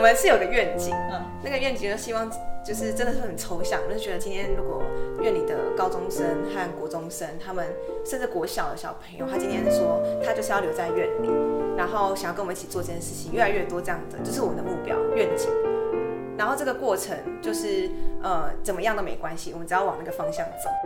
们是有个愿景，那个愿景就希望就是真的是很抽象，就是觉得今天如果院里的高中生和国中生，他们甚至国小的小朋友，他今天说他就是要留在院里，然后想要跟我们一起做这件事情，越来越多这样的，就是我们的目标愿景。然后这个过程就是怎么样都没关系，我们只要往那个方向走。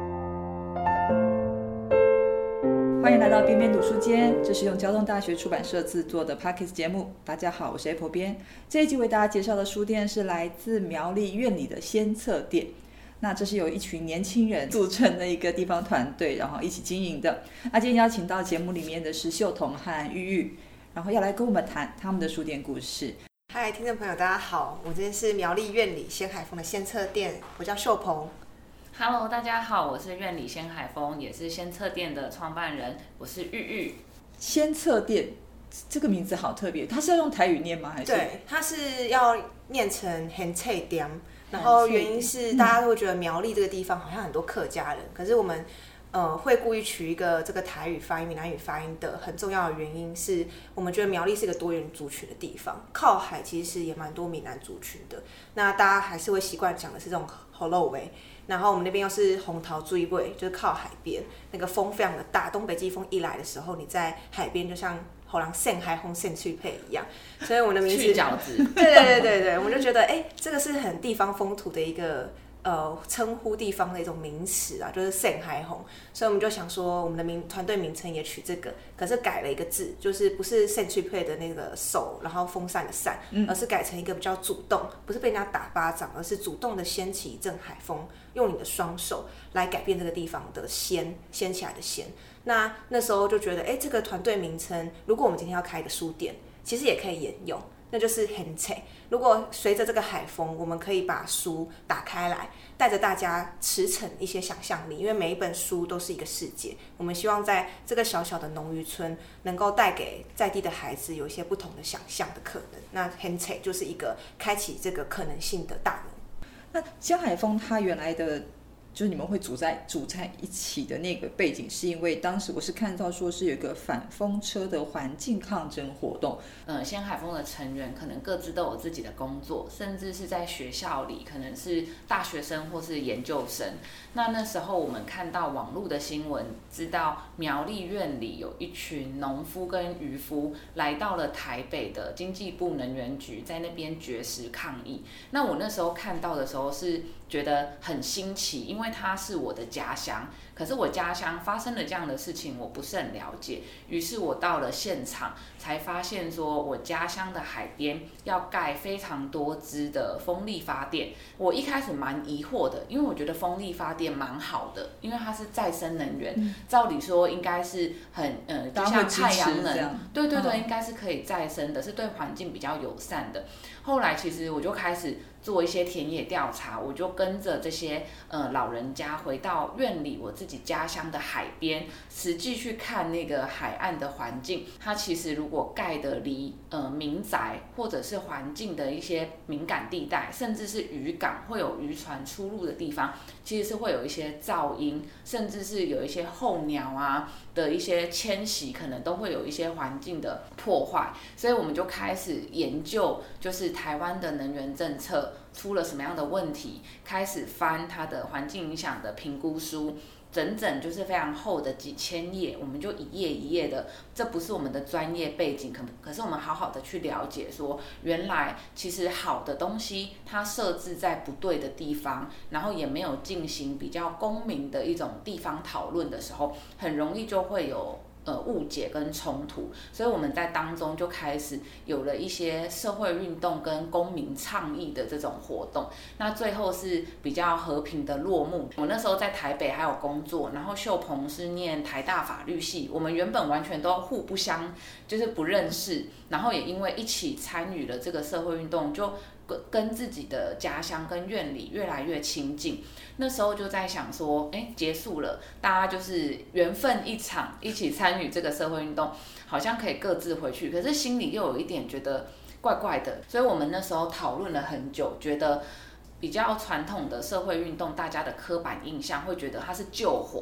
欢迎来到边边读书间，这是用交通大学出版社制作的 Podcast 节目。大家好，我是 Apple 边。这一集为大家介绍的书店是来自苗栗院里的先策店。那这是由一群年轻人组成的一个地方团队，然后一起经营的。那今天邀请到节目里面的是秀彤和玉玉，然后要来跟我们谈他们的书店故事。 嗨，听众朋友大家好，我这边是苗栗院里先海丰的先策店，我叫秀鹏。 Hello， 大家好，我是院里先海丰，也是先策店的创办人，我是玉玉。 先策店这个名字好特别，它是要用台语念吗？还是？ 对，它是要念成先策店，然后原因是大家都会觉得苗栗这个地方好像很多客家人，可是我们会故意取一个这个台语发音、闽南语发音的很重要的原因是，我们觉得苗栗是一个多元族群的地方，靠海其实也蛮多闽南族群的，那大家还是会习惯讲的是这种河肉味。然后我们那边又是红桃追尾，就是靠海边，那个风非常的大，东北季风一来的时候，你在海边就像好像盛海红盛去配一样，所以我们的名字去饺子， 对，我们就觉得这个是很地方风土的一个称呼地方的一种名词啊，就是盛海红，所以我们就想说我们的团队名称也取这个，可是改了一个字，就是不是盛去配的那个手，然后风扇的扇，而是改成一个比较主动，不是被人家打巴掌，而是主动的掀起一阵海风，用你的双手来改变这个地方的掀起来的掀。那时候就觉得，这个团队名称，如果我们今天要开一个书店，其实也可以沿用，那就是很扯。如果随着这个海风，我们可以把书打开来，带着大家驰骋一些想象力，因为每一本书都是一个世界。我们希望在这个小小的农渔村，能够带给在地的孩子有一些不同的想象的可能。那很扯就是一个开启这个可能性的大门。 那先海丰它原来的就是你们会组在一起的那个背景，是因为当时我是看到说是有一个反风车的环境抗争活动。 先海丰的成员可能各自都有自己的工作，甚至是在学校里，可能是大学生或是研究生。那时候我们看到网络的新闻，知道苗栗院里有一群农夫跟渔夫来到了台北的经济部能源局，在那边绝食抗议。那我那时候看到的时候是觉得很新奇，因为它是我的家乡，可是我家乡发生了这样的事情，我不是很了解。于是我到了现场，才发现说我家乡的海边要盖非常多支的风力发电。我一开始蛮疑惑的，因为我觉得风力发电蛮好的，因为它是再生能源，照理说应该是很就像太阳能，对，应该是可以再生的，是对环境比较友善的。后来其实我就开始做一些田野调查，我就跟着这些老人家回到院里我自己家乡的海边，实际去看那个海岸的环境。它其实如果盖得离民宅或者是环境的一些敏感地带，甚至是渔港会有渔船出入的地方，其实是会有一些噪音，甚至是有一些候鸟啊的一些迁徙，可能都会有一些环境的破坏。所以我们就开始研究，就是台湾的能源政策出了什么样的问题，开始翻它的环境影响的评估书，整就是非常厚的几千页，我们就一页一页的，这不是我们的专业背景，可是我们好好的去了解说，原来其实好的东西它设置在不对的地方，然后也没有进行比较公民的一种地方讨论的时候，很容易就会有误解跟冲突，所以我们在当中就开始有了一些社会运动跟公民倡议的这种活动。那最后是比较和平的落幕。我那时候在台北还有工作，然后秀鹏是念台大法律系，我们原本完全都互不相，就是不认识，然后也因为一起参与了这个社会运动，就跟自己的家乡跟院里越来越亲近。那时候就在想说，结束了，大家就是缘分一场，一起参与这个社会运动，好像可以各自回去，可是心里又有一点觉得怪怪的。所以我们那时候讨论了很久，觉得比较传统的社会运动，大家的刻板印象会觉得它是救火，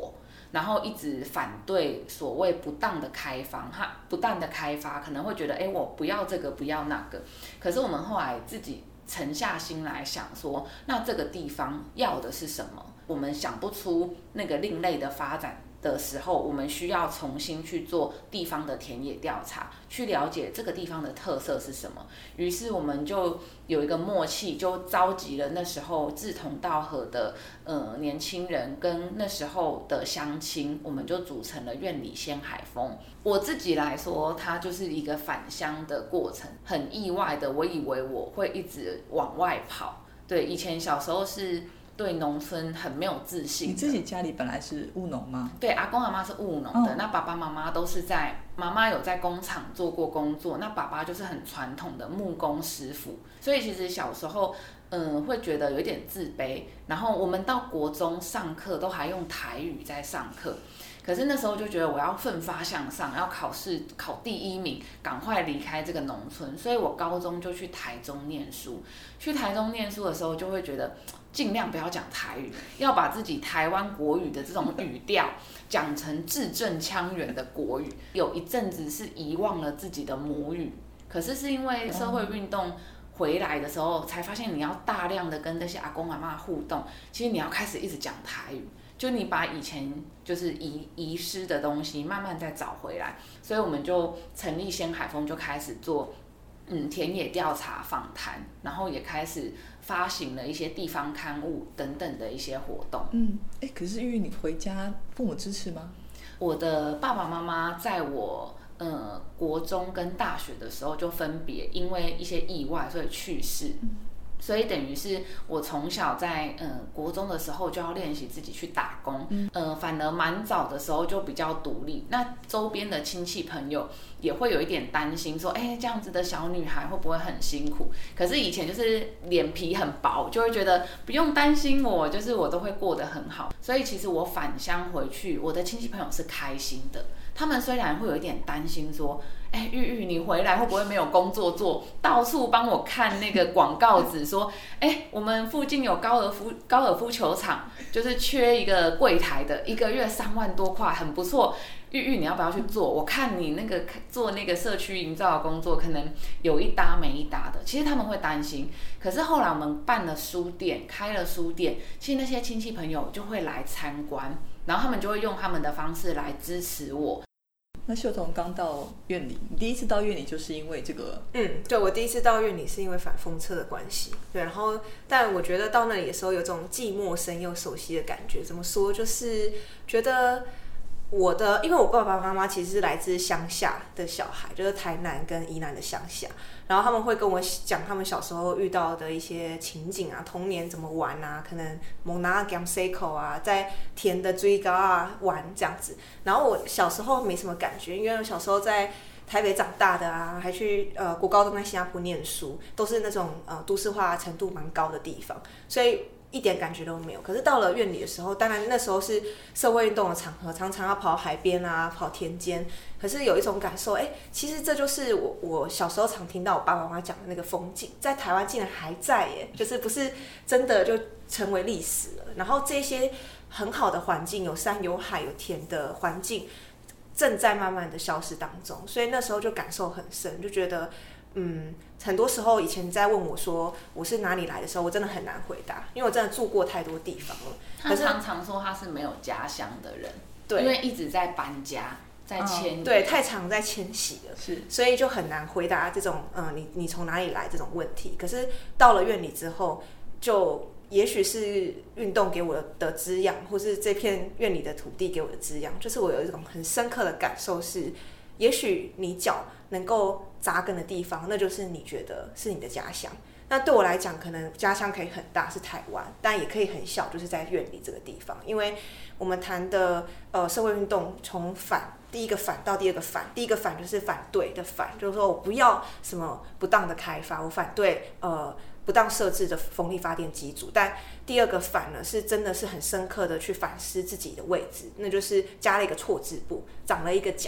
然后一直反对所谓不当的开发，可能会觉得我不要这个不要那个，可是我们后来自己沉下心来想说，那这个地方要的是什么？我们想不出那个另类的发展的时候，我们需要重新去做地方的田野调查，去了解这个地方的特色是什么。于是我们就有一个默契，就召集了那时候志同道合的年轻人跟那时候的乡亲，我们就组成了苑里鲜海风。我自己来说，它就是一个返乡的过程，很意外的，我以为我会一直往外跑。对，以前小时候是对农村很没有自信。 你自己家里本来是务农吗？ 对，阿公阿妈是务农的，那爸爸妈妈都是妈妈有在工厂做过工作，那爸爸就是很传统的木工师傅，所以其实小时候会觉得有一点自卑。然后我们到国中上课都还用台语在上课，可是那时候就觉得我要奋发向上，要考试考第1名，赶快离开这个农村，所以我高中就去台中念书。去台中念书的时候，就会觉得尽量不要讲台语，要把自己台湾国语的这种语调讲成字正腔圆的国语。有一阵子是遗忘了自己的母语，可是是因为社会运动回来的时候，才发现你要大量的跟那些阿公阿嬷互动，其实你要开始一直讲台语，就你把以前就是遗失的东西慢慢再找回来。所以我们就成立鲜海风，就开始做田野调查访谈，然后也开始发行了一些地方刊物等等的一些活动。 可是玉玉你回家父母支持吗？ 我的爸爸妈妈在我国中跟大学的时候就分别因为一些意外所以去世。所以等于是我从小在国中的时候就要练习自己去打工，反而蛮早的时候就比较独立。那周边的亲戚朋友也会有一点担心说，这样子的小女孩会不会很辛苦？可是以前就是脸皮很薄，就会觉得不用担心我，就是我都会过得很好。所以其实我返乡回去，我的亲戚朋友是开心的。他们虽然会有一点担心说，玉玉你回来会不会没有工作做？到处帮我看那个广告纸说，我们附近有高尔夫球场，就是缺一个柜台的，1个月3万多块，很不错。玉玉你要不要去做？我看你那个做那个社区营造的工作，可能有一搭没一搭的。其实他们会担心，可是后来我们办了书店，开了书店，其实那些亲戚朋友就会来参观，然后他们就会用他们的方式来支持我。 那秀彤刚到苑里，你第一次到苑里就是因为这个？ 对，我第一次到苑里是因为反封测的关系。对，然后但我觉得到那里的时候有种既陌生又熟悉的感觉。怎么说？就是觉得因为我爸爸妈妈其实是来自乡下的小孩，就是台南跟宜兰的乡下，然后他们会跟我讲他们小时候遇到的一些情景啊，童年怎么玩啊，可能蒙拿 gam seco 啊，在田的追高啊玩这样子。然后我小时候没什么感觉，因为我小时候在台北长大的啊，还去国高中在新加坡念书，都是那种都市化程度蛮高的地方，所以一点感觉都没有。可是到了苑里的时候，当然那时候是社会运动的场合，常常要跑海边啊，跑田间。可是有一种感受，其实这就是我小时候常听到我爸爸妈妈讲的那个风景，在台湾竟然还在耶，就是不是真的就成为历史了。然后这些很好的环境，有山有海有田的环境，正在慢慢的消失当中。所以那时候就感受很深，就觉得很多时候以前在问我说我是哪里来的时候，我真的很难回答，因为我真的住过太多地方了。 他常常说他是没有家乡的人， 对， 因为一直在搬家，在迁移， 对，太常在迁徙了， 是， 所以就很难回答这种你从哪里来这种问题。可是到了苑里之后，就也许是运动给我的滋养，或是这片苑里的土地给我的滋养，就是我有一种很深刻的感受是，也许你脚能够扎根的地方，那就是你觉得是你的家乡。那对我来讲，可能家乡可以很大，是台湾，但也可以很小，就是在苑里这个地方。因为我们谈的社会运动，从第一个反到第二个反，第一个反就是反对的反，就是说我不要什么不当的开发，我反对不当设置的风力发电机组。但第二个反呢，是真的是很深刻的去反思自己的位置，那就是加了一个错字部，长了一个角。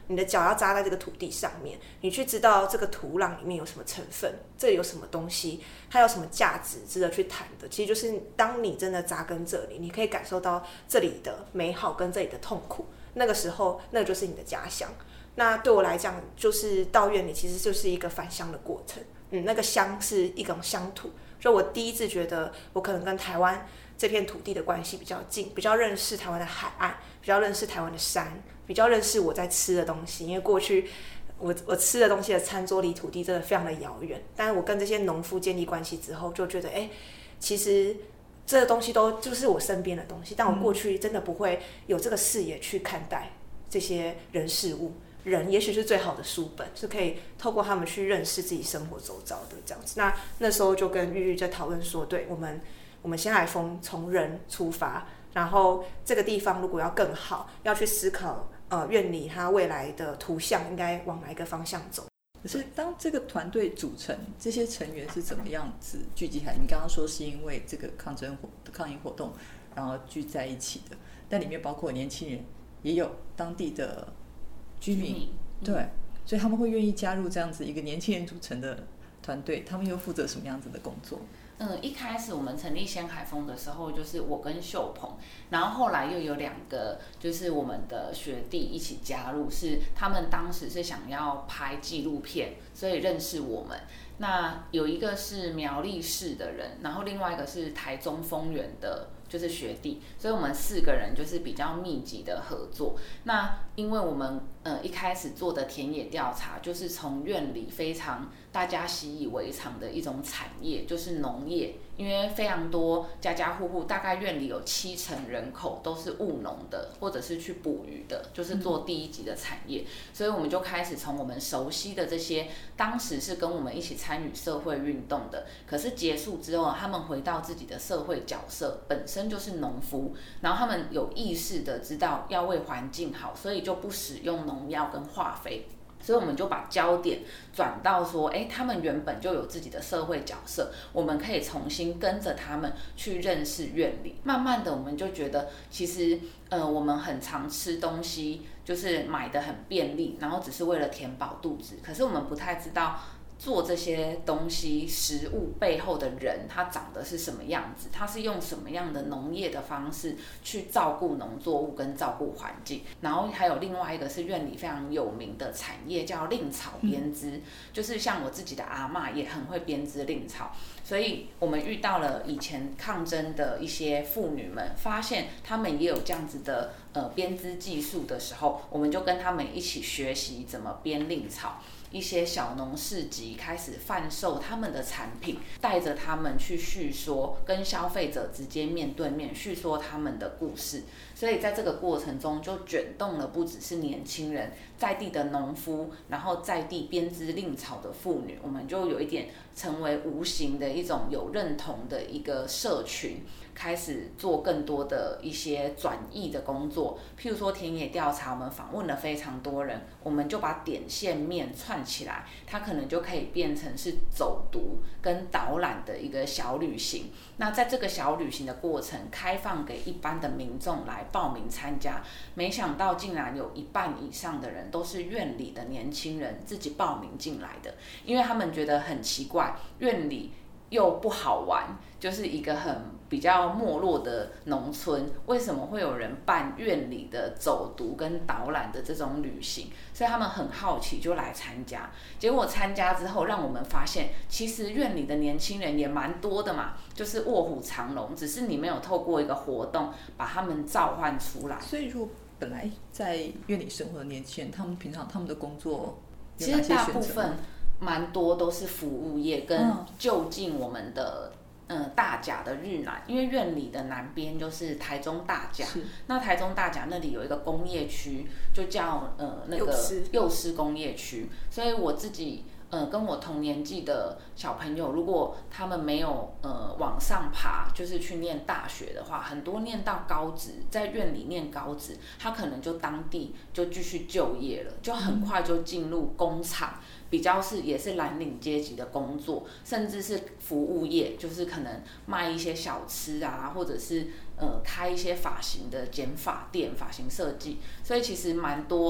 你的脚要扎在这个土地上面，你去知道这个土壤里面有什么成分，这里有什么东西，它有什么价值值得去谈的。其实就是当你真的扎根这里，你可以感受到这里的美好跟这里的痛苦，那个时候那就是你的家乡。那对我来讲，就是到院里其实就是一个返乡的过程。那个乡是一种乡土，就我第一次觉得我可能跟台湾这片土地的关系比较近，比较认识台湾的海岸，比较认识台湾的山，比较认识我在吃的东西。因为过去我吃的东西的餐桌离土地真的非常的遥远，但是我跟这些农夫建立关系之后，就觉得其实这个东西都就是我身边的东西，但我过去真的不会有这个视野去看待这些人事物。人也许是最好的书本，是可以透过他们去认识自己生活周遭的这样子。那时候就跟玉玉在讨论说，对，我们先来从人出发，然后这个地方如果要更好，要去思考院里它未来的图像应该往哪一个方向走。 可是当这个团队组成，这些成员是怎么样子聚集起来？你刚刚说是因为这个抗议活动，然后聚在一起的，但里面包括年轻人，也有当地的居民，对，所以他们会愿意加入这样子一个年轻人组成的团队。他们又负责什么样子的工作？ 一开始我们成立先海峰的时候，就是我跟秀鹏，然后后来又有2个就是我们的学弟一起加入，是他们当时是想要拍纪录片，所以认识我们。那有一个是苗栗市的人，然后另外一个是台中丰原的，就是学弟，所以我们4个人就是比较密集的合作。那因为我们一开始做的田野调查，就是从院里非常大家习以为常的一种产业，就是农业。因为非常多家家户户，大概院里有70%人口都是务农的，或者是去捕鱼的，就是做第一级的产业。所以我们就开始从我们熟悉的这些，当时是跟我们一起参与社会运动的，可是结束之后，他们回到自己的社会角色，本身就是农夫，然后他们有意识的知道要为环境好，所以就不使用农药跟化肥。所以我们就把焦点转到说，他们原本就有自己的社会角色，我们可以重新跟着他们去认识院里。慢慢的，我们就觉得，其实，我们很常吃东西，就是买的很便利，然后只是为了填饱肚子。可是我们不太知道，做这些东西食物背后的人，他长得是什么样子，他是用什么样的农业的方式去照顾农作物跟照顾环境。然后还有另外一个是院里非常有名的产业叫蔺草编织，就是像我自己的阿嬷也很会编织蔺草，所以我们遇到了以前抗争的一些妇女们，发现她们也有这样子的编织技术的时候，我们就跟她们一起学习怎么编蔺草。一些小农市集开始贩售他们的产品，带着他们去叙说，跟消费者直接面对面叙说他们的故事。所以在这个过程中，就卷动了不只是年轻人，在地的农夫，然后在地编织蔺草的妇女，我们就有一点成为无形的一种有认同的一个社群。开始做更多的一些转译的工作，譬如说田野调查，我们访问了非常多人，我们就把点线面串起来，它可能就可以变成是走读跟导览的一个小旅行。那在这个小旅行的过程，开放给一般的民众来报名参加，没想到竟然有1半以上的人都是院里的年轻人自己报名进来的，因为他们觉得很奇怪，院里又不好玩，就是一个很比较没落的农村，为什么会有人办院里的走读跟导览的这种旅行？所以他们很好奇，就来参加。结果参加之后，让我们发现，其实院里的年轻人也蛮多的嘛，就是卧虎藏龙，只是你没有透过一个活动把他们召唤出来。 所以，如果本来在院里生活的年轻人，他们平常他们的工作有其哪些选择？ 实大部分蛮多都是服务业跟就近我们的大甲的日南，因为院里的南边就是台中大甲，那台中大甲那里有一个工业区，就叫那个幼师工业区，所以我自己跟我同年纪的小朋友，如果他们没有往上爬，就是去念大学的话，很多念到高职，在院里念高职，他可能就当地就继续就业了，就很快就进入工厂。比较也是蓝领阶级的工作，甚至是服务业，就是可能卖一些小吃啊，或者是开一些发型的剪发店、发型设计。所以其实蛮多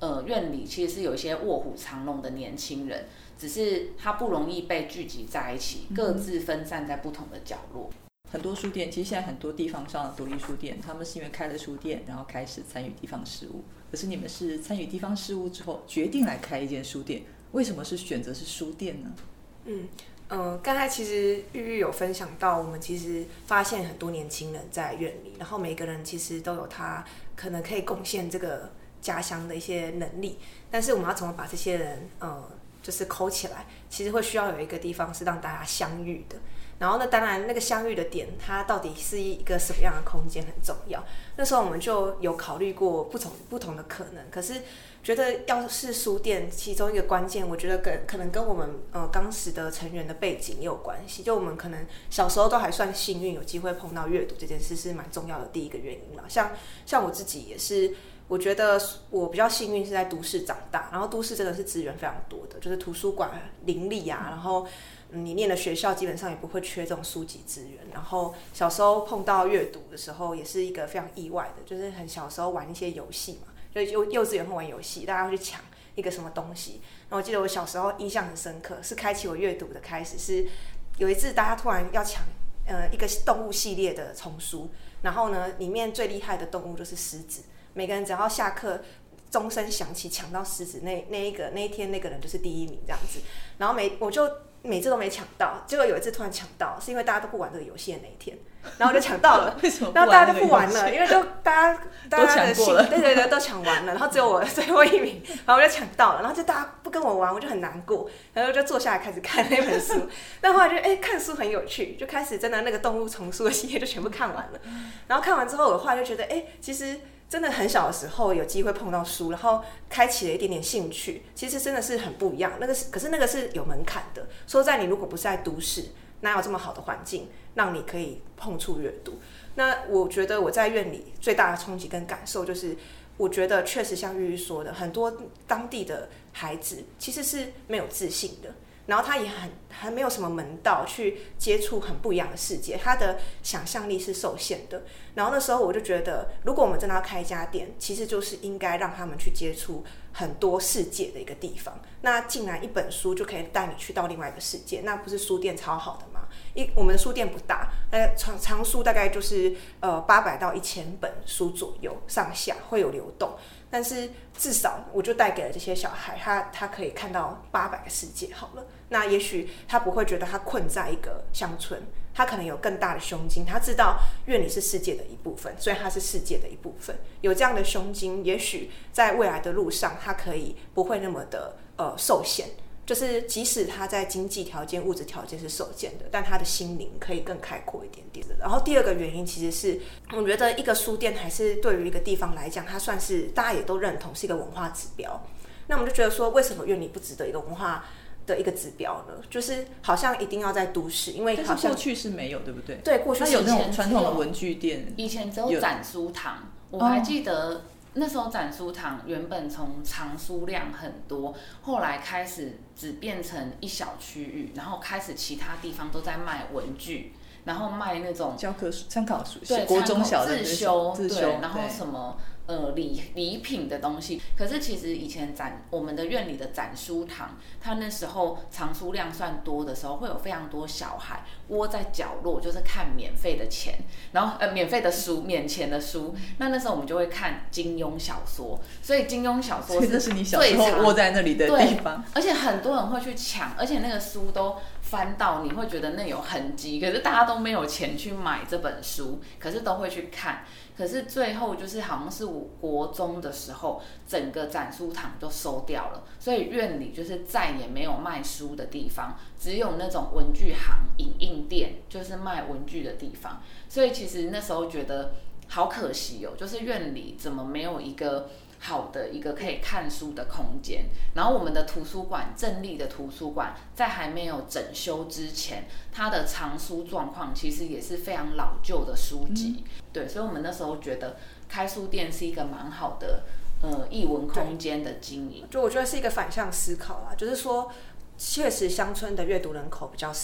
院里其实是有一些卧虎藏龙的年轻人，只是他不容易被聚集在一起，各自分散在不同的角落。 很多书店，其实现在很多地方上的独立书店，他们是因为开了书店，然后开始参与地方事务。可是你们是参与地方事务之后，决定来开一间书店，为什么是选择是书店呢？ 刚才其实玉玉有分享到，我们其实发现很多年轻人在院里，然后每个人其实都有他可能可以贡献这个家乡的一些能力，但是我们要怎么把这些人就是扣起来，其实会需要有一个地方是让大家相遇的。然后呢，当然那个相遇的点，它到底是一个什么样的空间很重要。那时候我们就有考虑过不同的可能，可是觉得要是书店，其中一个关键，我觉得可能跟我们当时的成员的背景也有关系。就我们可能小时候都还算幸运，有机会碰到阅读这件事是蛮重要的第一个原因嘛。像我自己也是。我觉得我比较幸运是在都市长大，然后都市真的是资源非常多的，就是图书馆林立啊，然后你念的学校基本上也不会缺这种书籍资源。然后小时候碰到阅读的时候，也是一个非常意外的，就是很小时候玩一些游戏嘛，就幼稚园会玩游戏，大家会去抢一个什么东西。然后我记得我小时候印象很深刻，是开启我阅读的开始，是有一次大家突然要抢一个动物系列的丛书，然后呢里面最厉害的动物就是狮子。每个人只要下课钟声响起抢到狮子，那一天那个人就是第一名这样子。然后我就每次都没抢到，结果有一次突然抢到，是因为大家都不玩这个游戏的那一天，然后我就抢到了。 为什么？ 然后大家都不玩了，因为就大家的心，对都抢完了，然后只有我最后一名，然后我就抢到了，然后就大家不跟我玩，我就很难过，然后就坐下来开始看那本书。但后来觉得看书很有趣，就开始真的那个动物丛书的系列就全部看完了。然后看完之后，我后来就觉得其实。真的很小的时候有机会碰到书，然后开启了一点点兴趣，其实真的是很不一样。可是那个是有门槛的。说实在，你如果不是在都市，哪有这么好的环境让你可以碰触阅读？那我觉得我在院里最大的冲击跟感受就是，我觉得确实像玉玉说的，很多当地的孩子其实是没有自信的。然后他也还没有什么门道去接触很不一样的世界，他的想象力是受限的。然后那时候我就觉得，如果我们真的要开一家店，其实就是应该让他们去接触很多世界的一个地方。那竟然一本书就可以带你去到另外一个世界，那不是书店超好的吗？我们的书店不大，藏书大概就是800到1000本书左右，上下会有流动。但是至少我就带给了这些小孩，他可以看到800个世界好了。那也许他不会觉得他困在一个乡村，他可能有更大的胸襟，他知道院里是世界的一部分，所以他是世界的一部分。有这样的胸襟，也许在未来的路上，他可以不会那么的受限。就是即使他在经济条件、物质条件是受限的，但他的心灵可以更开阔一点点。然后第二个原因其实是，我觉得一个书店还是对于一个地方来讲，它算是大家也都认同是一个文化指标。那我们就觉得说，为什么院里不值得一个文化的一个指标呢？就是好像一定要在都市，因为好像过去是没有，对不对？ 对，过去它有那种传统的文具店， 以前只有展书堂，我还记得。那时候展书堂原本从藏书量很多，后来开始只变成一小区域，然后开始其他地方都在卖文具，然后卖那种教科书、参考书， 对， 国中小的自修， 对， 然后什么礼品的东西。可是其实以前我们的院里的展书堂，它那时候藏书量算多的时候，会有非常多小孩窝在角落，就是看免费的钱，然后免费的书，免钱的书。那时候我们就会看金庸小说，所以金庸小说这是你小时候窝在那里的地方， 而且很多人会去抢，而且那个书都翻到你会觉得那有痕迹，可是大家都没有钱去买这本书，可是都会去看。可是最后就是好像是我国中的时候，整个展书堂就收掉了，所以院里就是再也没有卖书的地方，只有那种文具行、影印店，就是卖文具的地方。所以其实那时候觉得好可惜哦，就是院里怎么没有一个好的一个可以看书的空间。然后我们的图书馆，正立的图书馆，在还没有整修之前，它的藏书状况其实也是非常老旧的书籍。对，所以我们那时候觉得开书店是一个蛮好的艺文空间的经营。 就我觉得是一个反向思考啦，就是说确实乡村的阅读人口比较少，可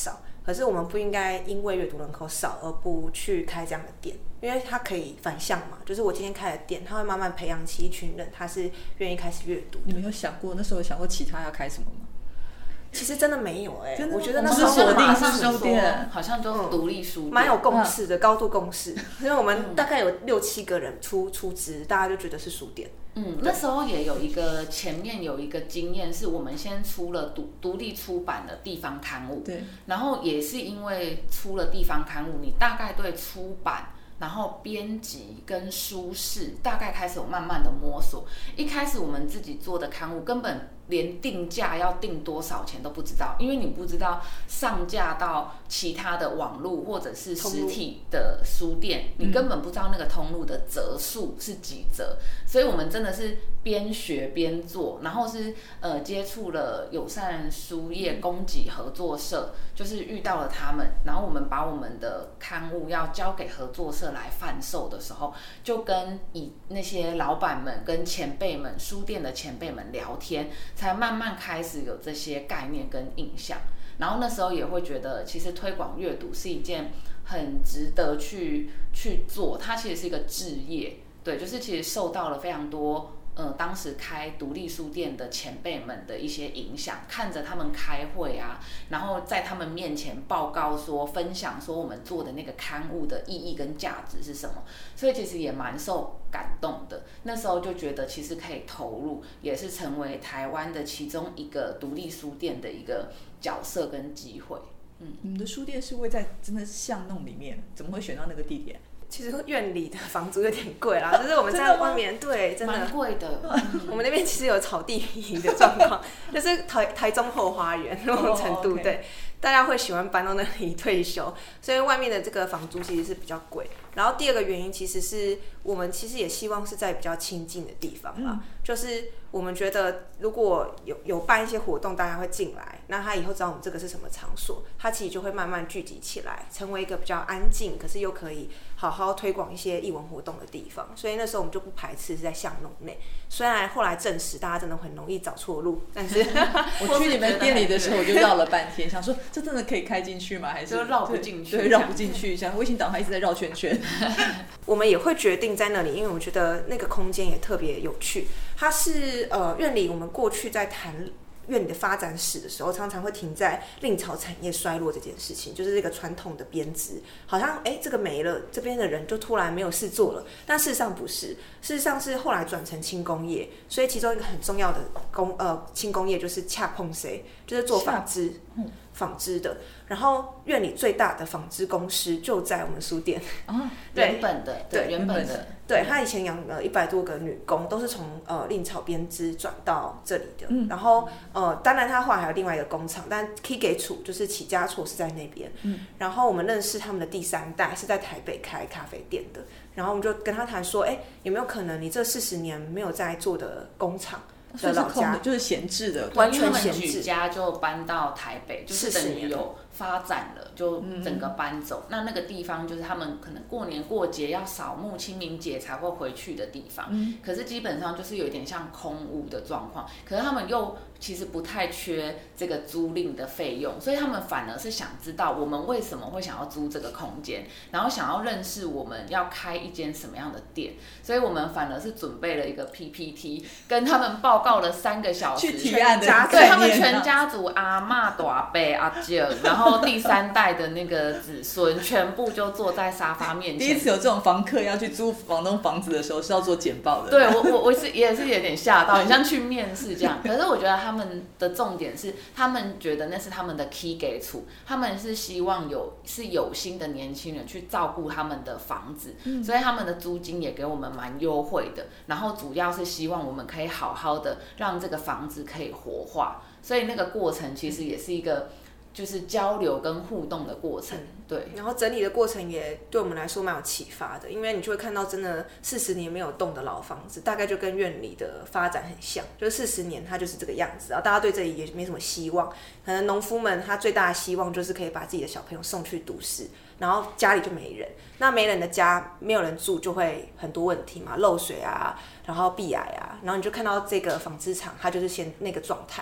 可是我们不应该因为阅读人口少而不去开这样的店，因为它可以反向嘛，就是我今天开了店，它会慢慢培养起一群人，他是愿意开始阅读。 你们有想过那时候有想过其他要开什么吗？ 其实真的没有我觉得那时时候锁定是书店， 好像都独立书店， 蛮有共识的，高度共识。因为我们大概有6-7个人出资，大家就觉得是书店。 那时候也有一个前面有一个经验，是我们先出了独立出版的地方刊物， 对， 然后也是因为出了地方刊物，你大概对出版，然后编辑跟书市大概开始有慢慢的摸索。一开始我们自己做的刊物根本连定价要定多少钱都不知道，因为你不知道上架到其他的网络或者是实体的书店，你根本不知道那个通路的折数是几折，所以我们真的是边学边做，然后是接触了友善书业供给合作社，就是遇到了他们，然后我们把我们的刊物要交给合作社来贩售的时候，就跟那些老板们跟前辈们书店的前辈们聊天，才慢慢开始有这些概念跟印象。然后那时候也会觉得，其实推广阅读是一件很值得去做，它其实是一个志业，对，就是其实受到了非常多当时开独立书店的前辈们的一些影响，看着他们开会啊，然后在他们面前报告说、分享说我们做的那个刊物的意义跟价值是什么，所以其实也蛮受感动的。那时候就觉得其实可以投入，也是成为台湾的其中一个独立书店的一个角色跟机会。 你们的书店是位在真的巷弄里面，怎么会选到那个地点？ 其实院里的房租有点贵啦，就是我们在外面，对，真的蛮贵的。 我们那边其实有炒地皮的状况，就是台中后花园那种程度，对，大家会喜欢搬到那里退休，所以外面的这个房租其实是比较贵。然后第二个原因其实是我们其实也希望是在比较亲近的地方啦，就是我们觉得如果有办一些活动，大家会进来，那他以后知道我们这个是什么场所，他其实就会慢慢聚集起来，成为一个比较安静，可是又可以好好推广一些艺文活动的地方。所以那时候我们就不排斥是在巷弄内，虽然后来证实大家真的很容易找错路，但是我去你们店里的时候，我就绕了半天，想说这真的可以开进去吗？还是就绕不进去？ 对，绕不进去，像微信导航一直在绕圈圈。 我们也会决定在那里，因为我觉得那个空间也特别有趣。它是院里我们过去在谈院里的发展史的时候，常常会停在令草产业衰落这件事情，就是这个传统的编织，好像这个没了，这边的人就突然没有事做了。但事实上不是，事实上是后来转成轻工业，所以其中一个很重要的轻工业就是恰碰谁，就是做纺织的。然后院里最大的纺织公司就在我们书店， 原本的， 对，他以前养了100多个女工，都是从令草编织转到这里的。然后当然他后来还有另外一个工厂，但 K 给处就是起家处是在那边。然后我们认识他们的第3代是在台北开咖啡店的，然后我们就跟他谈说，有没有可能你这40年没有在做的工厂的老家， 就是闲置的， 完全闲置，举家就搬到台北，就是等于有发展了，就整个搬走。那个地方就是他们可能过年过节要扫墓、清明节才会回去的地方。可是基本上就是有点像空屋的状况。可是他们又其实不太缺这个租赁的费用，所以他们反而是想知道我们为什么会想要租这个空间，然后想要认识我们要开一间什么样的店。所以我们反而是准备了一个 PPT， 跟他们报告了3个小时， 去提案的， 对，他们全家族阿嬷、大伯、阿舅，然后第3代的那个子孙，全部就坐在沙发面前。 第一次有这种房客要去租房东房子的时候，是要做简报的。 对，我也是有点吓到，很像去面试这样。可是我觉得他们的重点是，他们觉得那是他们的 key 给处，他们是希望是有心的年轻人去照顾他们的房子，所以他们的租金也给我们蛮优惠的。然后主要是希望我们可以好好的让这个房子可以活化，所以那个过程其实也是一个就是交流跟互动的过程。对， 然后整理的过程也对我们来说蛮有启发的，因为你就会看到真的40年没有动的老房子，大概就跟院里的发展很像，就是40年它就是这个样子，然后大家对这里也没什么希望。可能农夫们他最大的希望就是可以把自己的小朋友送去都市，然后家里就没人，那没人的家没有人住就会很多问题嘛，漏水啊，然后壁癌啊，然后你就看到这个纺织厂它就是先那个状态。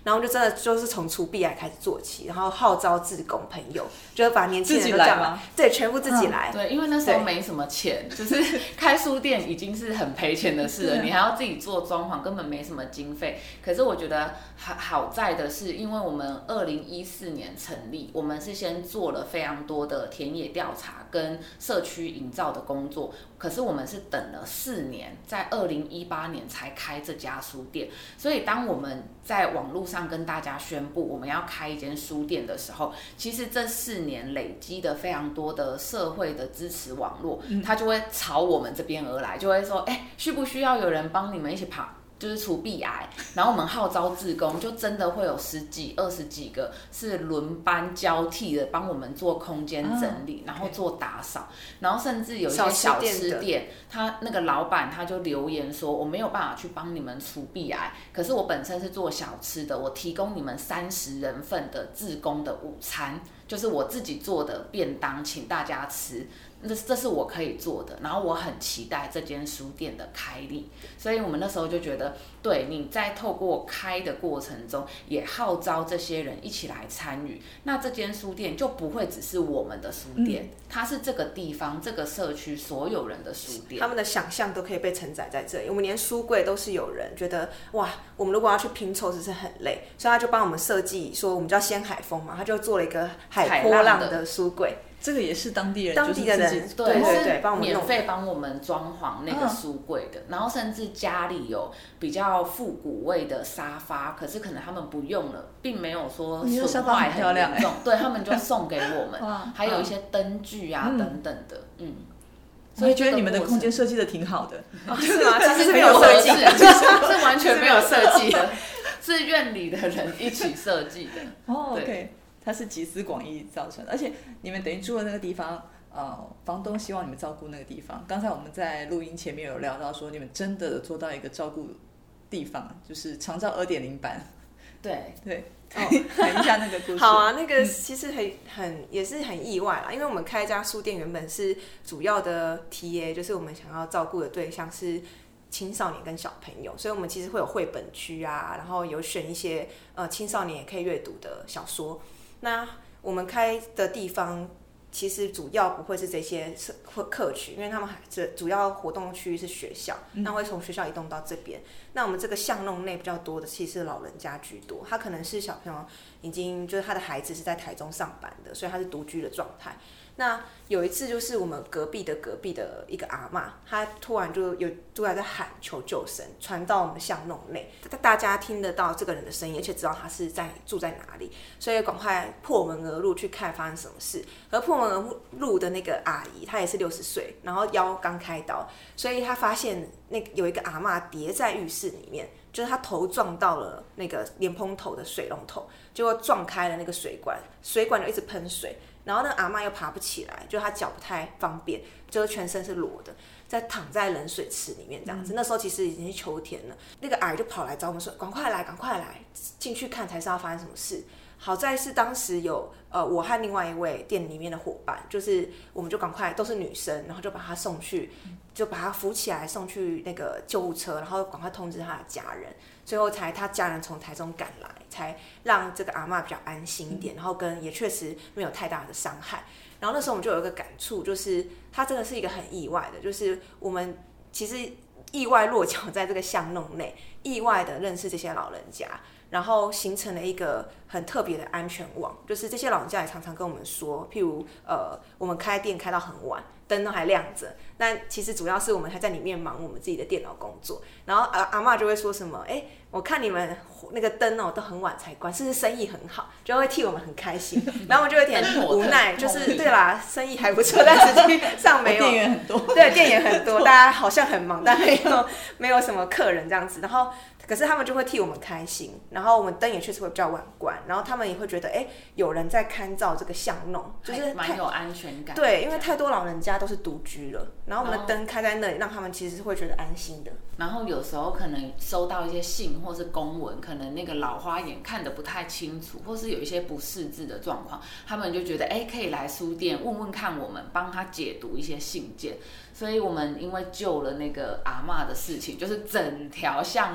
然后就真的就是从除壁癌开始做起，然后号召志工朋友，就是把年轻人都叫来，对，全部自己来。 对，因为那时候没什么钱，就是开书店已经是很赔钱的事了，你还要自己做装潢，根本没什么经费。可是我觉得好在的是，因为我们2014年成立，我们是先做了非常多的田野调查跟社区营造的工作，可是我们是等了4年，在2018年才开这家书店。所以当我们在网络上跟大家宣布我们要开一间书店的时候，其实这4年累积的非常多的社会的支持网络，它就会朝我们这边而来，就会说，需不需要有人帮你们一起跑？就是除壁癌，然后我们号召志工，就真的会有10几、20几个是轮班交替的帮我们做空间整理，然后做打扫，然后甚至有一些小吃店，他那个老板他就留言说，我没有办法去帮你们除壁癌，可是我本身是做小吃的，我提供你们30人份的志工的午餐，就是我自己做的便当，请大家吃。这是我可以做的，然后我很期待这间书店的开立，所以我们那时候就觉得，对，你在透过开的过程中，也号召这些人一起来参与，那这间书店就不会只是我们的书店，它是这个地方、这个社区所有人的书店， 他们的想象都可以被承载在这里。我们连书柜都是有人觉得，哇，我们如果要去拼凑，只是很累，所以他就帮我们设计，说我们叫仙海风嘛，他就做了一个海波浪的书柜。 这个也是当地人， 当地的人，对，帮我们免费帮我们装潢那个书柜的，然后甚至家里有比较复古味的沙发，可是可能他们不用了，并没有说损坏很严重，对，他们就送给我们，还有一些灯具啊等等的， 所以觉得你们的空间设计的挺好的， 是吗？其实没有设计的， 是完全没有设计的，是院里的人一起设计的。 OK。它是集思广益造成的，而且你们等于住的那个地方，房东希望你们照顾那个地方。刚才我们在录音前面有聊到说，你们真的做到一个照顾地方，就是长照2.0版。 对， 谈一下那个故事。 好啊，那个其实也是很意外啦，因为我们开一家书店原本是主要的 TA， 就是我们想要照顾的对象是青少年跟小朋友，所以我们其实会有绘本区啊，然后有选一些青少年也可以阅读的小说。那我们开的地方其实主要不会是这些客群，因为他们主要活动区是学校，那会从学校移动到这边。那我们这个巷弄内比较多的其实是老人家居多，他可能是小朋友已经就是他的孩子是在台中上班的，所以他是独居的状态。那有一次就是我们隔壁的一个阿嬷，她突然就在喊求救声，传到我们的巷弄内，大家听得到这个人的声音，而且知道他是住在哪里，所以赶快破门而入去看发生什么事。而破门而入的那个阿姨，她也是60岁，然后腰刚开刀，所以她发现有一个阿嬷跌在浴室里面，就是她头撞到了那个莲蓬头的水龙头，结果撞开了那个水管就一直喷水。然后那个阿嬷又爬不起来，就她脚不太方便，就是全身是裸的，躺在冷水池里面这样子。那时候其实已经是秋天了，那个阿姨就跑来找我们说：“赶快来，进去看才知道发生什么事。”好在是当时有我和另外一位店里面的伙伴，就是我们就赶快都是女生，然后就把她送去，就把她扶起来送去那个救护车，然后赶快通知她的家人，最后她家人从台中赶来，才让这个阿嬷比较安心一点，然后也确实没有太大的伤害。然后那时候我们就有一个感触，就是她真的是一个很意外的，就是我们其实意外落脚在这个巷弄内，意外的认识这些老人家。然后形成了一个很特别的安全网，就是这些老人家也常常跟我们说，譬如我们开店开到很晚，灯都还亮着，但其实主要是我们还在里面忙我们自己的电脑工作。然后阿嬷就会说什么，我看你们那个灯都很晚才关，是不是生意很好？就会替我们很开心。然后我们就有点无奈，就是对啦，生意还不错，但实际上没有店员很多， 对，店员很多，大家好像很忙，但没有什么客人这样子。然后可是他们就会替我们开心，然后我们灯也确实会比较晚关，然后他们也会觉得有人在看照这个巷弄，就是蛮有安全感。 对，因为太多老人家都是独居了，然后我们的灯开在那里，让他们其实是会觉得安心的。 然后有时候可能收到一些信或是公文，可能那个老花眼看得不太清楚，或是有一些不识字的状况，他们就觉得可以来书店问问看，我们帮他解读一些信件。所以我们因为救了那个阿嬷的事情，就是整条巷弄，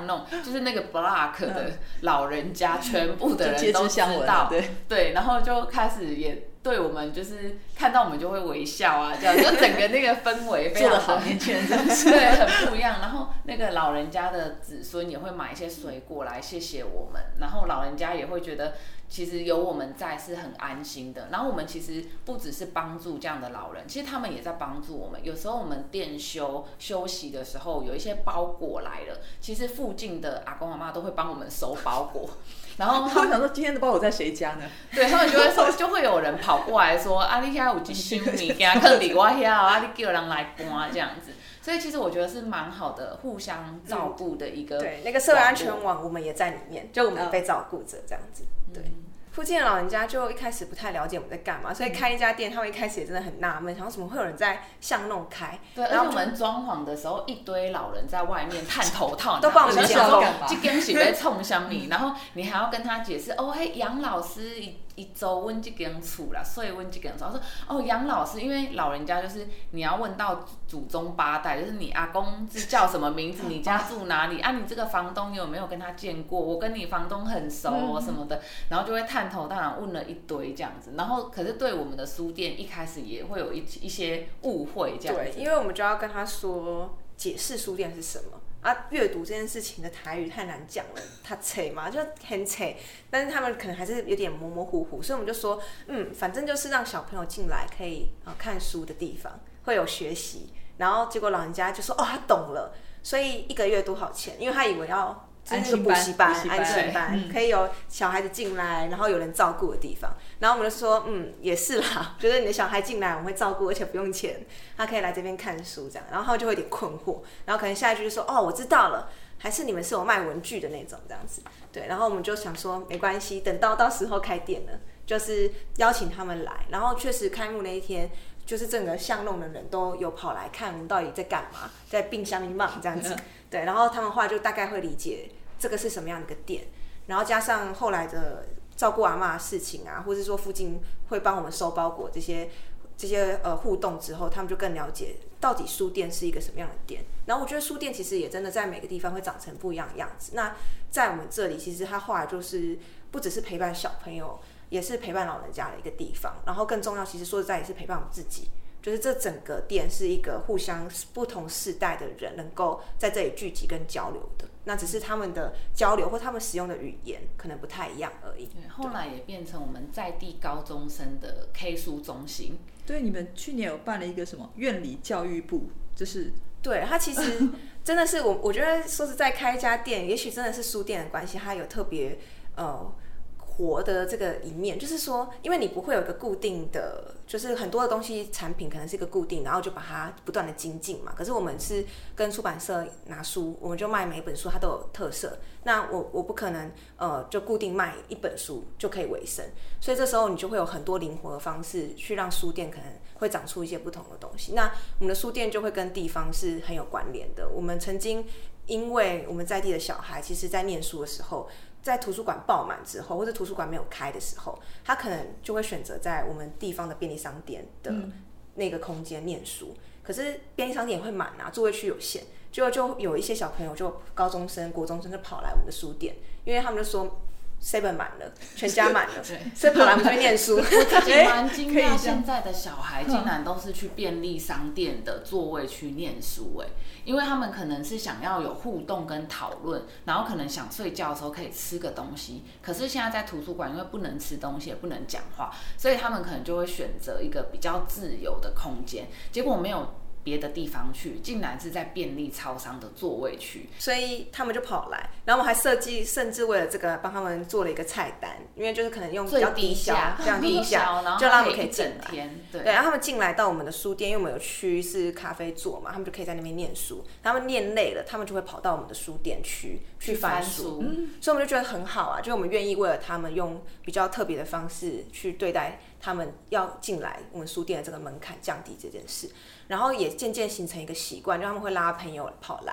就是那个 block 的老人家，全部的人都知道，对，然后就开始也对我们就是看到我们就会微笑啊，这样就整个那个氛围非常做得好，年轻人真是对，很不一样。然后那个老人家的子孙也会买一些水果来谢谢我们，然后老人家也会觉得其实有我们在是很安心的。然后我们其实不只是帮助这样的老人，其实他们也在帮助我们。有时候我们店休息的时候，有一些包裹来了，其实附近的阿公阿嬷都会帮我们收包裹。然后我想说，今天的包裹在谁家呢？ 对，他们就会说，就会有人跑过来说，啊，你遐有一箱物件，放伫我遐啊，你叫人来搬这样子。所以其实我觉得是蛮好的，互相照顾的一个、 对，那个社会安全网我们也在里面，就我们也被照顾着这样子。对。附近的老人家就一开始不太了解我们在干嘛，所以开一家店，他们一开始也真的很纳闷，想说怎么会有人在巷弄开？ 对，而且我们装潢的时候，一堆老人在外面探头套， 都帮我们讲说这间是在冲什么，然后你还要跟他解释，哦，嘿，杨老师一租阮这间厝啦，所以阮这间厝。他说，哦，杨老师，因为老人家就是你要问到祖宗八代，就是你阿公是叫什么名字，你家住哪里啊？你这个房东有没有跟他见过？我跟你房东很熟哦什么的，然后就会探头当然问了一堆这样子。然后可是对我们的书店一开始也会有一些误会这样子。 对，因为我们就要跟他说解释书店是什么。啊，阅读这件事情的台语太难讲了，他扯嘛，就很扯，但是他们可能还是有点模模糊糊，所以我们就说，反正就是让小朋友进来可以看书的地方，会有学习。然后结果老人家就说，哦，他懂了，所以1个月多少钱？因为他以为要那个补习班、安心班，可以有小孩子进来，然后有人照顾的地方。然后我们就说，也是啦，觉得你的小孩进来我们会照顾，而且不用钱，他可以来这边看书这样。然后他就会有点困惑，然后可能下一句就说，哦，我知道了，还是你们是有卖文具的那种这样子。对，然后我们就想说没关系，等到时候开店了，就是邀请他们来。然后确实开幕那一天，就是整个巷弄的人都有跑来看我们到底在干嘛，在冰箱里忙这样子。对，然后他们后来就大概会理解这个是什么样的一个店，然后加上后来的照顾阿嬷的事情啊，或者说附近会帮我们收包裹这些互动之后，他们就更了解到底书店是一个什么样的店。然后我觉得书店其实也真的在每个地方会长成不一样的样子。那在我们这里，其实它后来就是不只是陪伴小朋友，也是陪伴老人家的一个地方。然后更重要，其实说实在也是陪伴我们自己。就是这整个店是一个互相不同世代的人能够在这里聚集跟交流的，那只是他们的交流或他们使用的语言可能不太一样而已。 对，后来也变成我们在地高中生的 K 书中心。 对，你们去年有办了一个什么院里教育部，就是对它其实真的是我觉得说实在开一家店，也许真的是书店的关系，它有特别活的这个一面，就是说，因为你不会有一个固定的，就是很多的东西产品可能是一个固定，然后就把它不断的精进嘛。可是我们是跟出版社拿书，我们就卖每一本书它都有特色。那我不可能就固定卖一本书就可以维生，所以这时候你就会有很多灵活的方式去让书店可能会长出一些不同的东西。那我们的书店就会跟地方是很有关联的。我们曾经因为我们在地的小孩，其实在念书的时候，在图书馆爆满之后，或者图书馆没有开的时候，他可能就会选择在我们地方的便利商店的那个空间念书。可是便利商店也会满啊，座位区有限，就有一些小朋友，就高中生、国中生就跑来我们的书店，因为他们就说 7 满了，全家满了，所以跑来我们这边念书。我自己蛮惊讶，现在的小孩竟然都是去便利商店的座位区念书，因为他们可能是想要有互动跟讨论，然后可能想睡觉的时候可以吃个东西。可是现在在图书馆，因为不能吃东西，也不能讲话，所以他们可能就会选择一个比较自由的空间。结果没有别的地方去，竟然是在便利超商的座位区， 所以他们就跑来，然后我们还设计，甚至为了这个帮他们做了一个菜单，因为就是可能用比较低消，这样低消，就让他们可以进来。对，然后他们进来到我们的书店，因为我们有区是咖啡座嘛，他们就可以在那边念书。他们念累了，他们就会跑到我们的书店去翻书，所以我们就觉得很好啊，就我们愿意为了他们用比较特别的方式去对待他们要进来我们书店的这个门槛，降低这件事。然后也渐渐形成一个习惯，就他们会拉朋友跑来，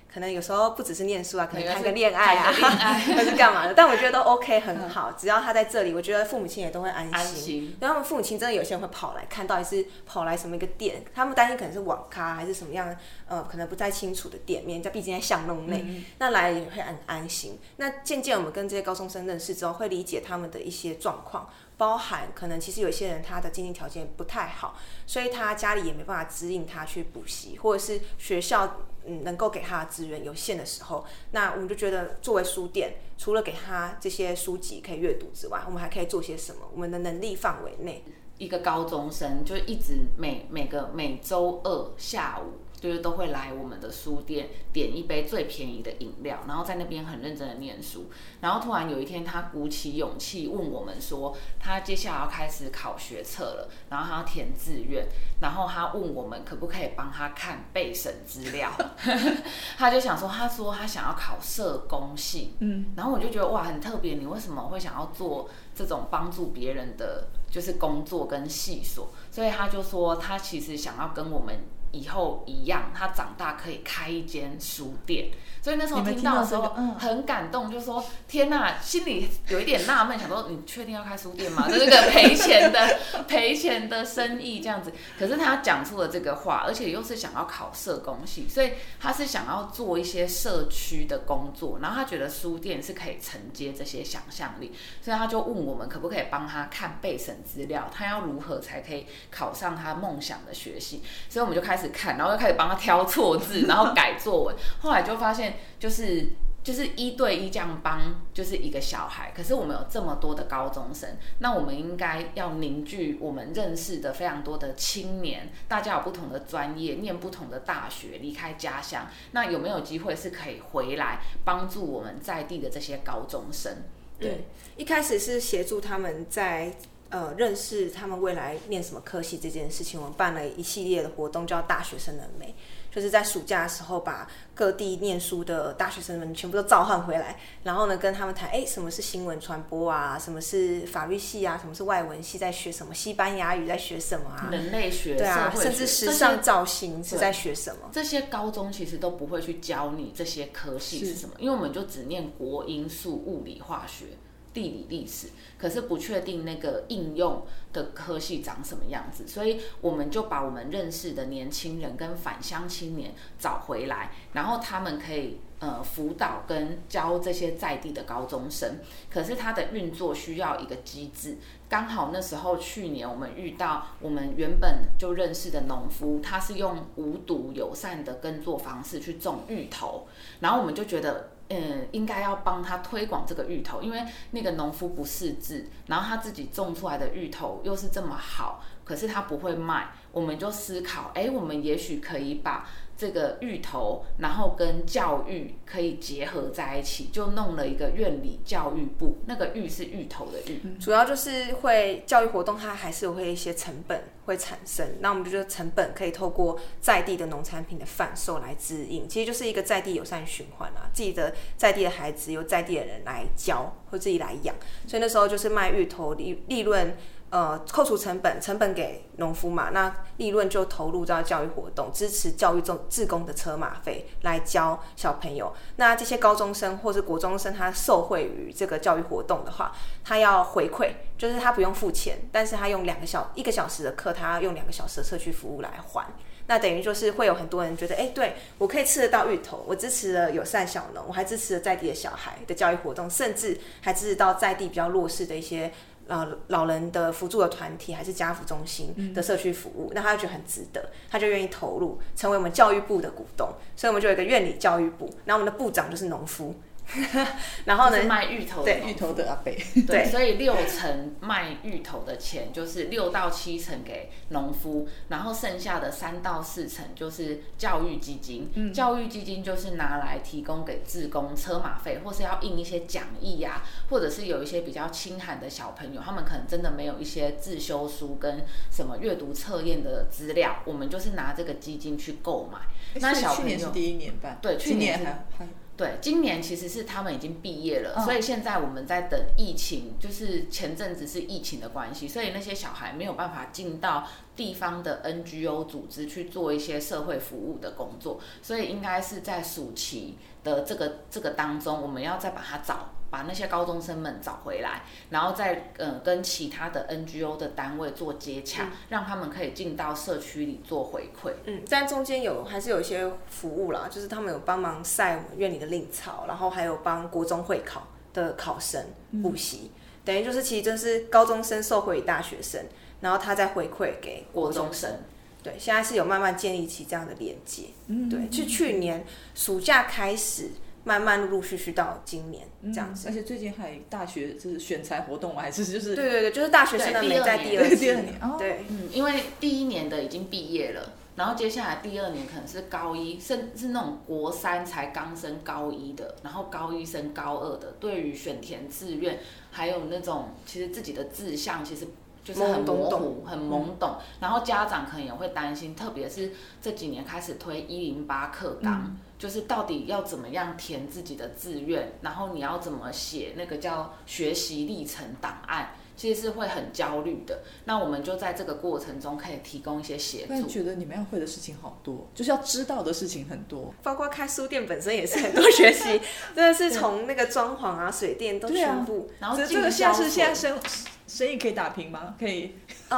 可能有时候不只是念书啊，可能谈个恋爱啊， 或是干嘛的，但我觉得都 OK 很好，只要他在这里，我觉得父母亲也都会安心。因为他们父母亲真的有些人会跑来看到底是跑来什么一个店，他们担心可能是网咖还是什么样可能不太清楚的店面，毕竟在巷弄内，那来也会很安心。那渐渐我们跟这些高中生认识之后，会理解他们的一些状况，包含可能其实有一些人他的经济条件不太好，所以他家里也没办法指引他去补习，或者是学校能够给他的资源有限的时候，那我们就觉得作为书店，除了给他这些书籍可以阅读之外，我们还可以做些什么？我们的能力范围内， 一个高中生就一直每周二下午就是都会来我们的书店点一杯最便宜的饮料，然后在那边很认真的念书。然后突然有一天，他鼓起勇气问我们说，他接下来要开始考学测了，然后他要填志愿，然后他问我们可不可以帮他看备审资料。他就想说，他说他想要考社工系，然后我就觉得哇很特别，你为什么会想要做这种帮助别人的就是工作跟系所？所以他就说他其实想要跟我们以后一样，他长大可以开一间书店。所以那时候听到的时候很感动，就说天哪，心里有一点纳闷，想说你确定要开书店吗？这是个赔钱的生意这样子。可是他讲出了这个话，而且又是想要考社工系，所以他是想要做一些社区的工作，然后他觉得书店是可以承接这些想象力，所以他就问我们可不可以帮他看备审资料，他要如何才可以考上他梦想的学系。所以我们就开始看，然后就开始帮他挑错字，然后改作文。后来就发现就是1对1这样帮就是一个小孩，可是我们有这么多的高中生，那我们应该要凝聚我们认识的非常多的青年，大家有不同的专业，念不同的大学，离开家乡，那有没有机会是可以回来帮助我们在地的这些高中生？ 对，一开始是协助他们在认识他们未来念什么科系这件事情，我们办了一系列的活动，叫大学生的美，就是在暑假的时候把各地念书的大学生们全部都召唤回来，然后呢跟他们谈，什么是新闻传播啊，什么是法律系啊，什么是外文系在学什么，西班牙语在学什么啊， 人类学， 对啊， 社会学， 甚至时尚造型是在学什么。 这些高中其实都不会去教你这些科系是什么，因为我们就只念国英数物理化学地理历史，可是不确定那个应用的科系长什么样子，所以我们就把我们认识的年轻人跟返乡青年找回来，然后他们可以辅导跟教这些在地的高中生，可是它的运作需要一个机制。刚好那时候去年我们遇到我们原本就认识的农夫，他是用无毒友善的耕作方式去种芋头，然后我们就觉得应该要帮他推广这个芋头，因为那个农夫不识字，然后他自己种出来的芋头又是这么好，可是他不会卖，我们就思考，我们也许可以把这个芋头，然后跟教育可以结合在一起，就弄了一个院里教育部，那个芋是芋头的芋， 主要就是会教育活动，它还是会一些成本会产生，那我们就觉得成本可以透过在地的农产品的贩售来支应，其实就是一个在地友善循环啊，自己的在地的孩子由在地的人来教或自己来养，所以那时候就是卖芋头，利润扣除成本给农夫嘛，那利润就投入到教育活动，支持教育志工的车马费来教小朋友。那这些高中生或是国中生，他受惠于这个教育活动的话，他要回馈，就是他不用付钱，但是他用1个小时的课，他要用2个小时的社区服务来还。那等于就是会有很多人觉得，对，我可以吃得到芋头，我支持了友善小农，我还支持了在地的小孩的教育活动，甚至还支持到在地比较弱势的一些老人的辅助的团体，还是家扶中心的社区服务，那他就觉得很值得，他就愿意投入，成为我们教育部的股东，所以我们就有一个院里教育部，然后我们的部长就是农夫。然后呢， 就是卖芋头的芋头的阿伯， 对，所以60%卖芋头的钱就是6到7成给农夫，然后剩下的3到4成就是教育基金。教育基金就是拿来提供给志工车马费，或是要印一些讲义啊，或者是有一些比较清寒的小朋友，他们可能真的没有一些自修书跟什么阅读测验的资料，我们就是拿这个基金去购买。 那小朋友去年是第1年办， 对，去年还对，今年其实是他们已经毕业了，所以现在我们在等疫情，就是前阵子是疫情的关系，所以那些小孩没有办法进到地方的 NGO 组织去做一些社会服务的工作，所以应该是在暑期的这个当中，我们要再把那些高中生们找回来，然后再跟其他的 NGO 的单位做接洽，让他们可以进到社区里做回馈。 但中间还是有一些服务啦，就是他们有帮忙晒我们院里的令草，然后还有帮国中会考的考生补习，等于就是其实就是高中生受惠于大学生，然后他再回馈给国中生。对，现在是有慢慢建立起这样的连接。对，是去年暑假开始。慢慢陆陆续续到今年这样子， 而且最近还有大学就是选才活动还是就是对，就是大学生的美在第二年，对， 因为第一年的已经毕业了，然后接下来第二年可能是高一，甚至是那种国三才刚升高一的，然后高一升高二的，对于选填志愿还有那种其实自己的志向其实。就是很模糊、很懵懂，然后家长可能也会担心，特别是这几年开始推108课纲，就是到底要怎么样填自己的志愿，然后你要怎么写那个叫学习历程档案，其实是会很焦虑的。那我们就在这个过程中可以提供一些协助。 我觉得你们要会的事情好多，就是要知道的事情很多， 包括开书店本身也是很多学习，真的是从那个装潢啊、水电都全部。 然后这个现在生意可以打平吗？可以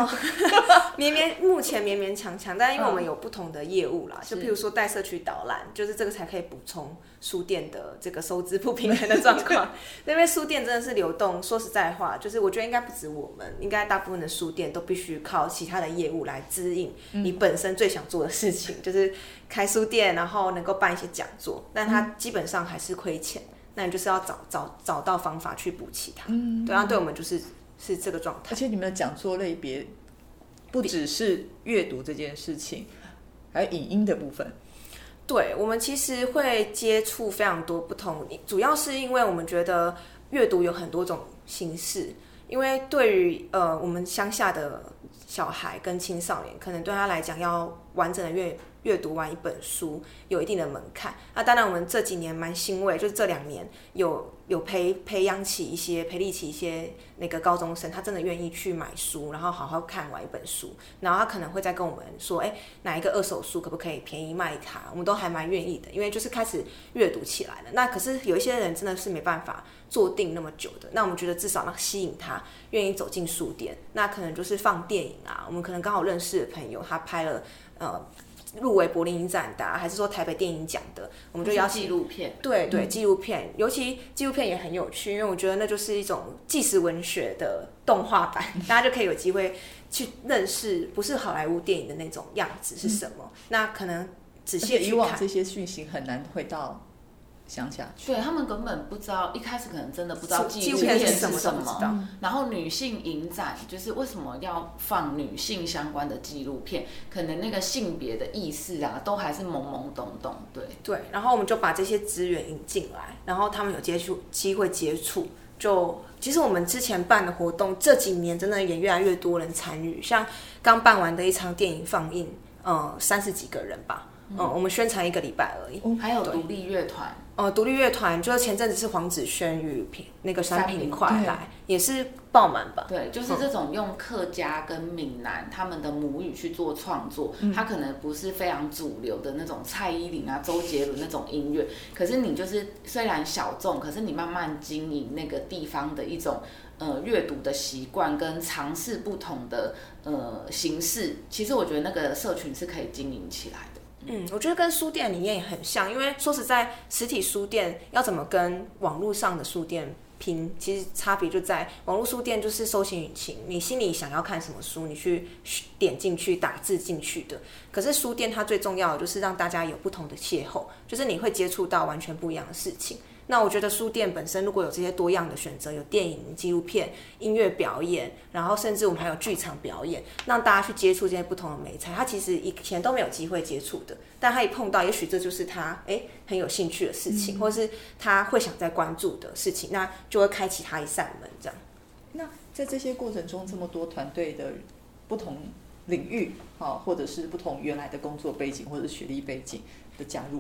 目前勉勉强强，但因为我们有不同的业务啦，就譬如说带社区导览，就是这个才可以补充书店的这个收支不平衡的状况。因为书店真的是流动，说实在话，就是我觉得应该不止我们，应该大部分的书店都必须靠其他的业务来支应你本身最想做的事情，就是开书店，然后能够办一些讲座，但它基本上还是亏钱，那你就是要找到方法去补齐它。对啊，对我们是这个状态。 而且你们的讲座类别不只是阅读这件事情，还有影音的部分。 对，我们其实会接触非常多不同，主要是因为我们觉得阅读有很多种形式，因为对于我们乡下的小孩跟青少年，可能对他来讲要完整的阅读完一本书有一定的门槛。那当然我们这几年蛮欣慰，就是这2年有培力起一些那个高中生，他真的愿意去买书，然后好好看完一本书，然后他可能会再跟我们说，哪一个二手书可不可以便宜卖他，我们都还蛮愿意的，因为就是开始阅读起来了。那可是有一些人真的是没办法坐定那么久的，那我们觉得至少要吸引他愿意走进书店，那可能就是放电影啊，我们可能刚好认识的朋友他拍了入围柏林影展的，还是说台北电影奖的，我们就邀请纪录片。 对，纪录片，尤其纪录片也很有趣，因为我觉得那就是一种纪实文学的动画版，大家就可以有机会去认识不是好莱坞电影的那种样子是什么。那可能仔细去看， 以往这些讯息很难会到乡下去， 对，他们根本不知道，一开始可能真的不知道纪录片是什么。 然后女性影展就是为什么要放女性相关的纪录片，可能那个性别的意识啊，都还是懵懵懂懂。 对，然后我们就把这些资源引进来，然后他们有机会接触。其实我们之前办的活动，这几年真的也越来越多人参与，像刚办完的一场电影放映，30几个人吧。我们宣传1个礼拜而已。 还有独立乐团。 独立乐团就是前阵子是黄子轩与那个山平快来，也是爆满吧？ 对，就是这种用客家跟闽南他们的母语去做创作，它可能不是非常主流的那种蔡依林啊、周杰伦那种音乐，可是你就是虽然小众，可是你慢慢经营那个地方的一种阅读的习惯，跟尝试不同的形式，其实我觉得那个社群是可以经营起来的。 我觉得跟书店理念也很像，因为说实在，实体书店要怎么跟网络上的书店拼，其实差别就在网络书店就是搜寻引擎，你心里想要看什么书，你去点进去打字进去的。可是书店它最重要的就是让大家有不同的邂逅，就是你会接触到完全不一样的事情。那我觉得书店本身如果有这些多样的选择，有电影、纪录片、音乐表演，然后甚至我们还有剧场表演，让大家去接触这些不同的媒材，他其实以前都没有机会接触的，但他一碰到，也许这就是他很有兴趣的事情，或是他会想再关注的事情，那就会开启他一扇门这样。 那在这些过程中，这么多团队的不同领域，或者是不同原来的工作背景或者学历背景的加入，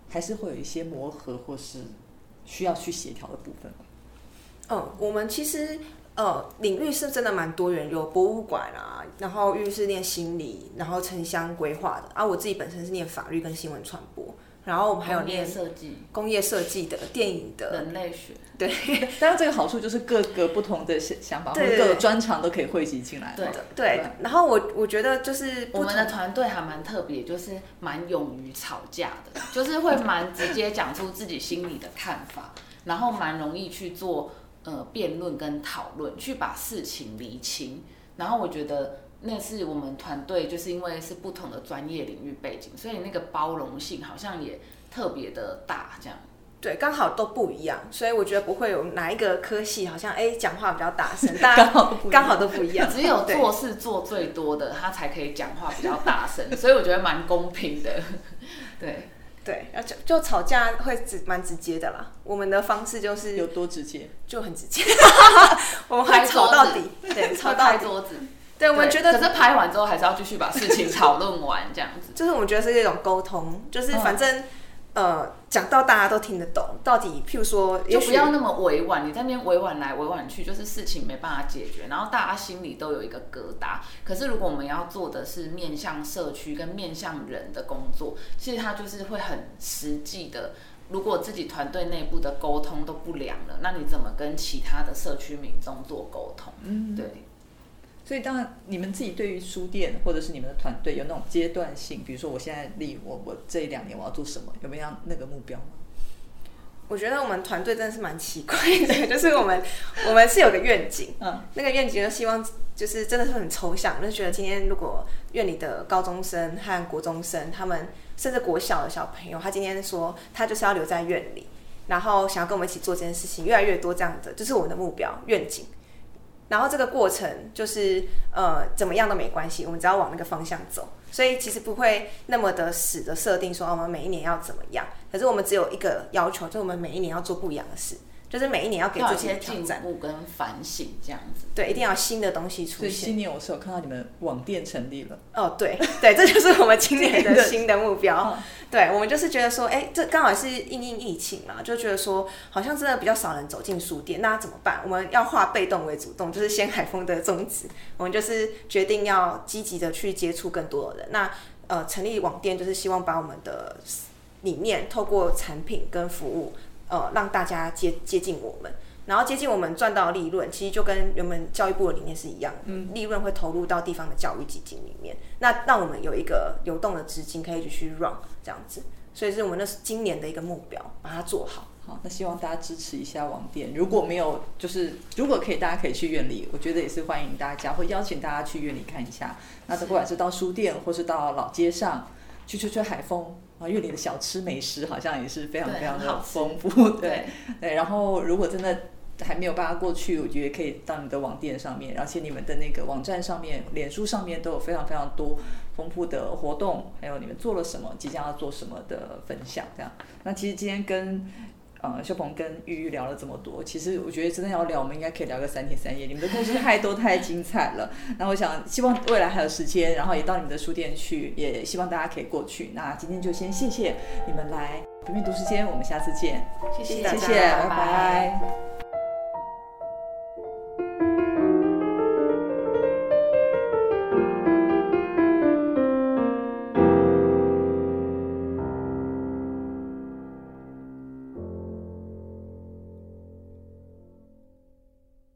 还是会有一些磨合或是需要去协调的部分？ 我们其实领域是真的蛮多元，有博物馆啊，然后玉是念心理，然后城乡规划的啊。我自己本身是念法律跟新闻传播，然后我们还有念工业设计的、电影的、 人类学。 对， 当然这个好处就是各个不同的想法或者各个专长都可以汇集进来。 对。然后我觉得就是我们的团队还蛮特别，就是蛮勇于吵架的，就是会蛮直接讲出自己心里的看法，然后蛮容易去做辩论跟讨论，去把事情厘清。然后我觉得那是我们团队，就是因为是不同的专业领域背景，所以那个包容性好像也特别的大，这样。 对，刚好都不一样，所以我觉得不会有哪一个科系好像讲话比较大声，大家刚好都不一样。 只有做事做最多的他才可以讲话比较大声，所以我觉得蛮公平的。 对，就吵架会蛮直接的啦。我们的方式就是有多直接， 就很直接。我们会吵到底，对，吵到拍桌子。 对，我们觉得， 可是拍完之后还是要继续把事情讨论完，这样子。 就是我们觉得是一种沟通，就是反正讲到大家都听得懂，到底譬如说， 就不要那么委婉，你在那边委婉来委婉去，就是事情没办法解决，然后大家心里都有一个疙瘩。可是如果我们要做的是面向社区跟面向人的工作，其实它就是会很实际的。如果自己团队内部的沟通都不良了，那你怎么跟其他的社区民众做沟通？对。 所以当然，你们自己对于书店或者是你们的团队有那种阶段性，比如说我现在我这1-2年我要做什么，有没有那个目标吗？ 我觉得我们团队真的是蛮奇怪的，就是我们是有个愿景，那个愿景就希望就是真的是很抽象，就是觉得今天如果院里的高中生和国中生，他们甚至国小的小朋友，他今天说他就是要留在院里，然后想要跟我们一起做这件事情，越来越多这样的，就是我们的目标愿景。然后这个过程就是怎么样都没关系，我们只要往那个方向走，所以其实不会那么的死的设定说我们每一年要怎么样，可是我们只有一个要求，就是我们每一年要做不一样的事，就是每一年要给自己的挑战， 进步跟反省这样子。 对，一定要有新的东西出现。 所以今年我是有看到你们网店成立了。 对，这就是我们今年的新的目标。对，我们就是觉得说，这刚好是因应疫情嘛，就觉得说，好像真的比较少人走进书店，那怎么办？我们要化被动为主动，就是先海峰的宗旨。我们就是决定要积极的去接触更多的人。那成立网店就是希望把我们的理念透过产品跟服务，让大家接近我们。然后接近我们赚到的利润，其实就跟原本教育部的理念是一样，利润会投入到地方的教育基金里面，那让我们有一个流动的资金可以去 run 这样子，所以是我们那是今年的一个目标，把它做好。 好，那希望大家支持一下网店。如果没有，就是如果可以，大家可以去院里，我觉得也是欢迎大家，会邀请大家去院里看一下。那不管是到书店，或是到老街上去吹吹海风。院里的小吃美食好像也是非常非常的丰富，对。然后如果真的还没有办法过去，我觉得可以到你的网店上面，而且你们的那个网站上面、脸书上面都有非常非常多丰富的活动，还有你们做了什么、即将要做什么的分享。这样，那其实今天跟秀鹏跟玉玉聊了这么多，其实我觉得真的要聊，我们应该可以聊个3天3夜。你们的故事太多太精彩了。那我想，希望未来还有时间，然后也到你们的书店去，也希望大家可以过去。那今天就先谢谢你们来边边读时间，我们下次见。 谢谢， 拜拜。